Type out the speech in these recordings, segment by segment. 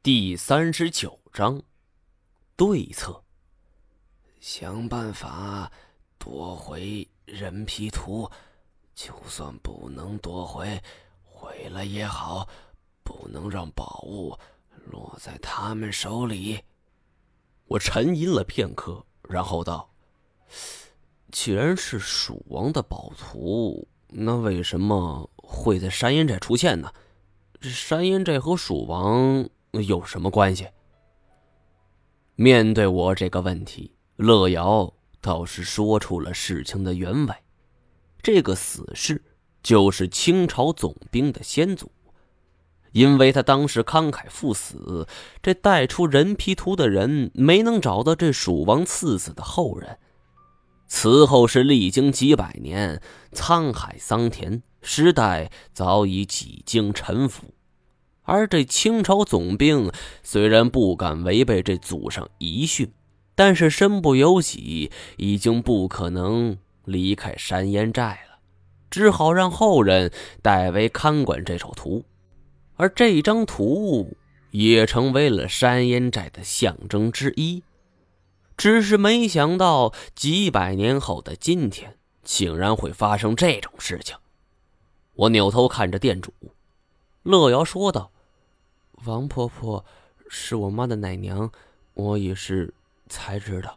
第39章对策。 想办法夺回人皮图，就算不能夺回，毁了也好，不能让宝物落在他们手里。 我沉吟了片刻，然后道：既然是蜀王的宝图，那为什么会在山阴寨出现呢？这山阴寨和蜀王有什么关系？面对我这个问题，乐瑶倒是说出了事情的原委。这个死士就是清朝总兵的先祖，因为他当时慷慨赴死，这带出人皮图的人没能找到这蜀王赐死的后人。此后是历经几百年，沧海桑田，时代早已几经沉浮。而这清朝总兵虽然不敢违背这祖上遗训，但是身不由己，已经不可能离开山烟寨了，只好让后人代为看管这首图。而这张图也成为了山烟寨的象征之一。只是没想到几百年后的今天，竟然会发生这种事情。我扭头看着店主，乐瑶说道：王婆婆是我妈的奶娘，我也是才知道。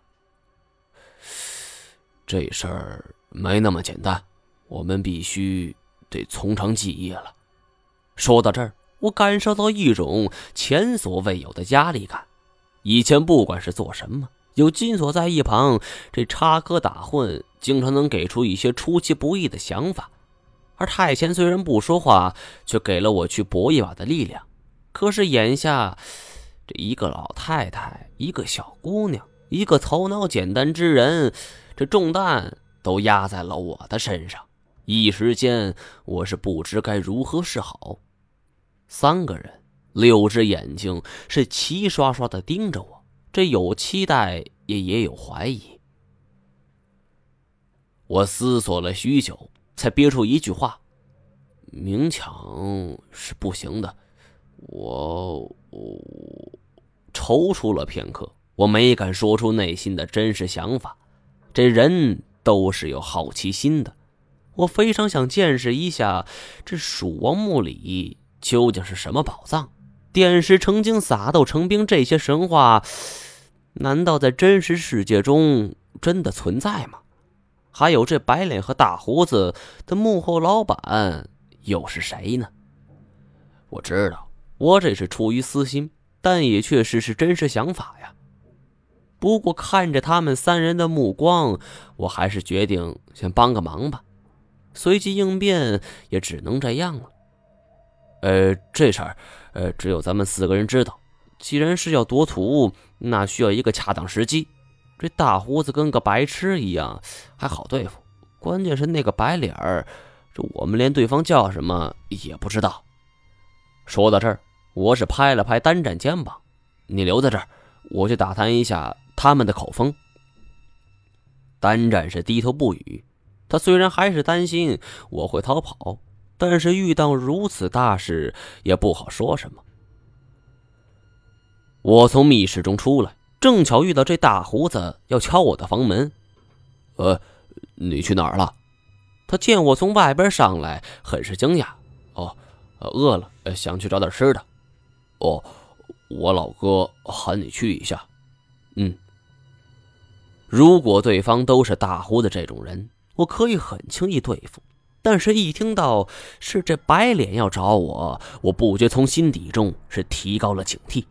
这事儿没那么简单，我们必须得从长计议了。 说到这儿，我感受到一种前所未有的压力感。以前不管是做什么，有金锁在一旁，这插科打诨经常能给出一些出其不意的想法，而太前虽然不说话，却给了我去搏一把的力量。可是眼下这一个老太太，一个小姑娘，一个头脑简单之人，这重担都压在了我的身上，一时间我是不知该如何是好。三个人6只眼睛是齐刷刷地盯着我，这有期待也有怀疑。我思索了许久，才憋出一句话：明抢是不行的。我踌躇了片刻，我没敢说出内心的真实想法。这人都是有好奇心的，我非常想见识一下这蜀王墓里究竟是什么宝藏。电石成精，撒豆成兵，这些神话难道在真实世界中真的存在吗？还有这白脸和大胡子的幕后老板又是谁呢？我知道我这是出于私心，但也确实是真实想法呀。不过看着他们三人的目光，我还是决定先帮个忙吧。随即应变也只能这样了。这事儿只有咱们4个人知道。既然是要夺图，那需要一个恰当时机。这大胡子跟个白痴一样还好对付，关键是那个白脸儿，这我们连对方叫什么也不知道。说到这儿，我是拍了拍单战肩膀：你留在这儿，我去打探一下他们的口风。单战是低头不语，他虽然还是担心我会逃跑，但是遇到如此大事也不好说什么。我从密室中出来，正巧遇到这大胡子要敲我的房门。 你去哪儿了？ 他见我从外边上来，很是惊讶。饿了，想去找点吃的。 我老哥喊你去一下。 如果对方都是大胡子这种人，我可以很轻易对付，但是一听到是这白脸要找我，我不觉从心底中是提高了警惕。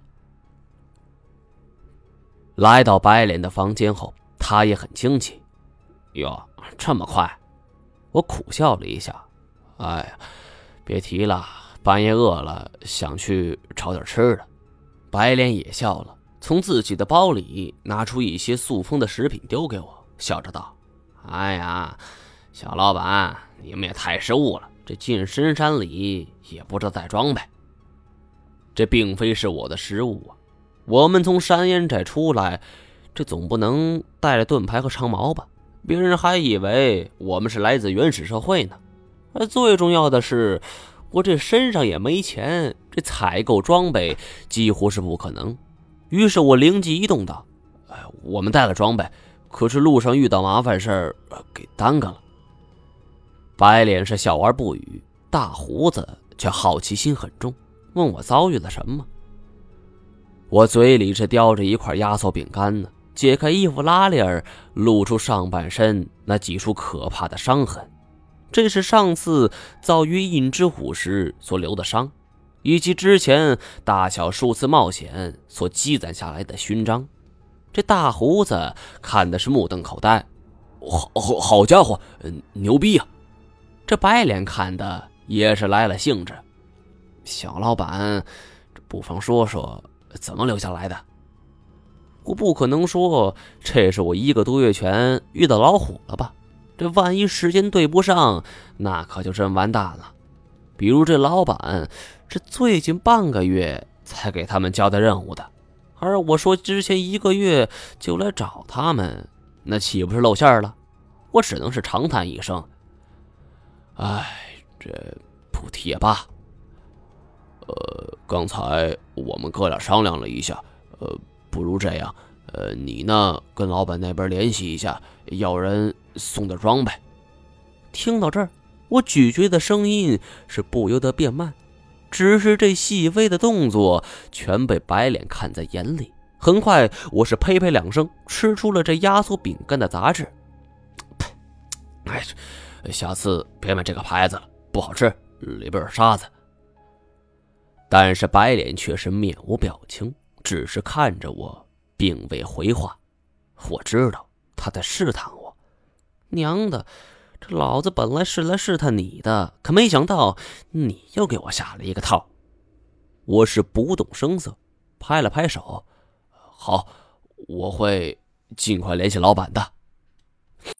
来到白脸的房间后，他也很惊奇。哟，这么快？我苦笑了一下。哎呀，别提了，半夜饿了，想去找点吃的。白脸也笑了，从自己的包里拿出一些塑封的食品丢给我，笑着道：哎呀，小老板，你们也太失误了，这进深山里也不知道带装备。这并非是我的失误啊，我们从山烟寨出来，这总不能带着盾牌和长矛吧？别人还以为我们是来自原始社会呢。而最重要的是，我这身上也没钱， 这采购装备几乎是不可能。于是我灵机一动道：“我们带了装备，可是路上遇到麻烦事儿，给耽搁了。”白脸是笑而不语，大胡子却好奇心很重，问我遭遇了什么。我嘴里是叼着一块压缩饼干呢，解开衣服拉链儿，露出上半身那几处可怕的伤痕。这是上次遭遇印之虎时所留的伤，以及之前大小数次冒险所积攒下来的勋章。这大胡子看的是目瞪口呆，好家伙，牛逼啊！这白脸看的也是来了兴致，小老板，不妨说说怎么留下来的？我不可能说这是我1个多月前遇到老虎了吧？这万一时间对不上，那可就真完蛋了。比如这老板是最近半个月才给他们交代任务的，而我说之前1个月就来找他们，那岂不是露馅了？我只能是长叹一声，这不提也罢。刚才我们哥俩商量了一下，不如这样，你呢跟老板那边联系一下，要人送点装备。听到这儿，我咀嚼的声音是不由得变慢，只是这细微的动作全被白脸看在眼里。很快，我是呸呸2声，吃出了这压缩饼干的杂质。下次别买这个牌子了，不好吃，里边有沙子。但是白脸却是面无表情，只是看着我，并未回话。我知道他在试探我。娘的，这老子本来是来试探你的，可没想到你又给我下了一个套。我是不动声色，拍了拍手，好，我会尽快联系老板的。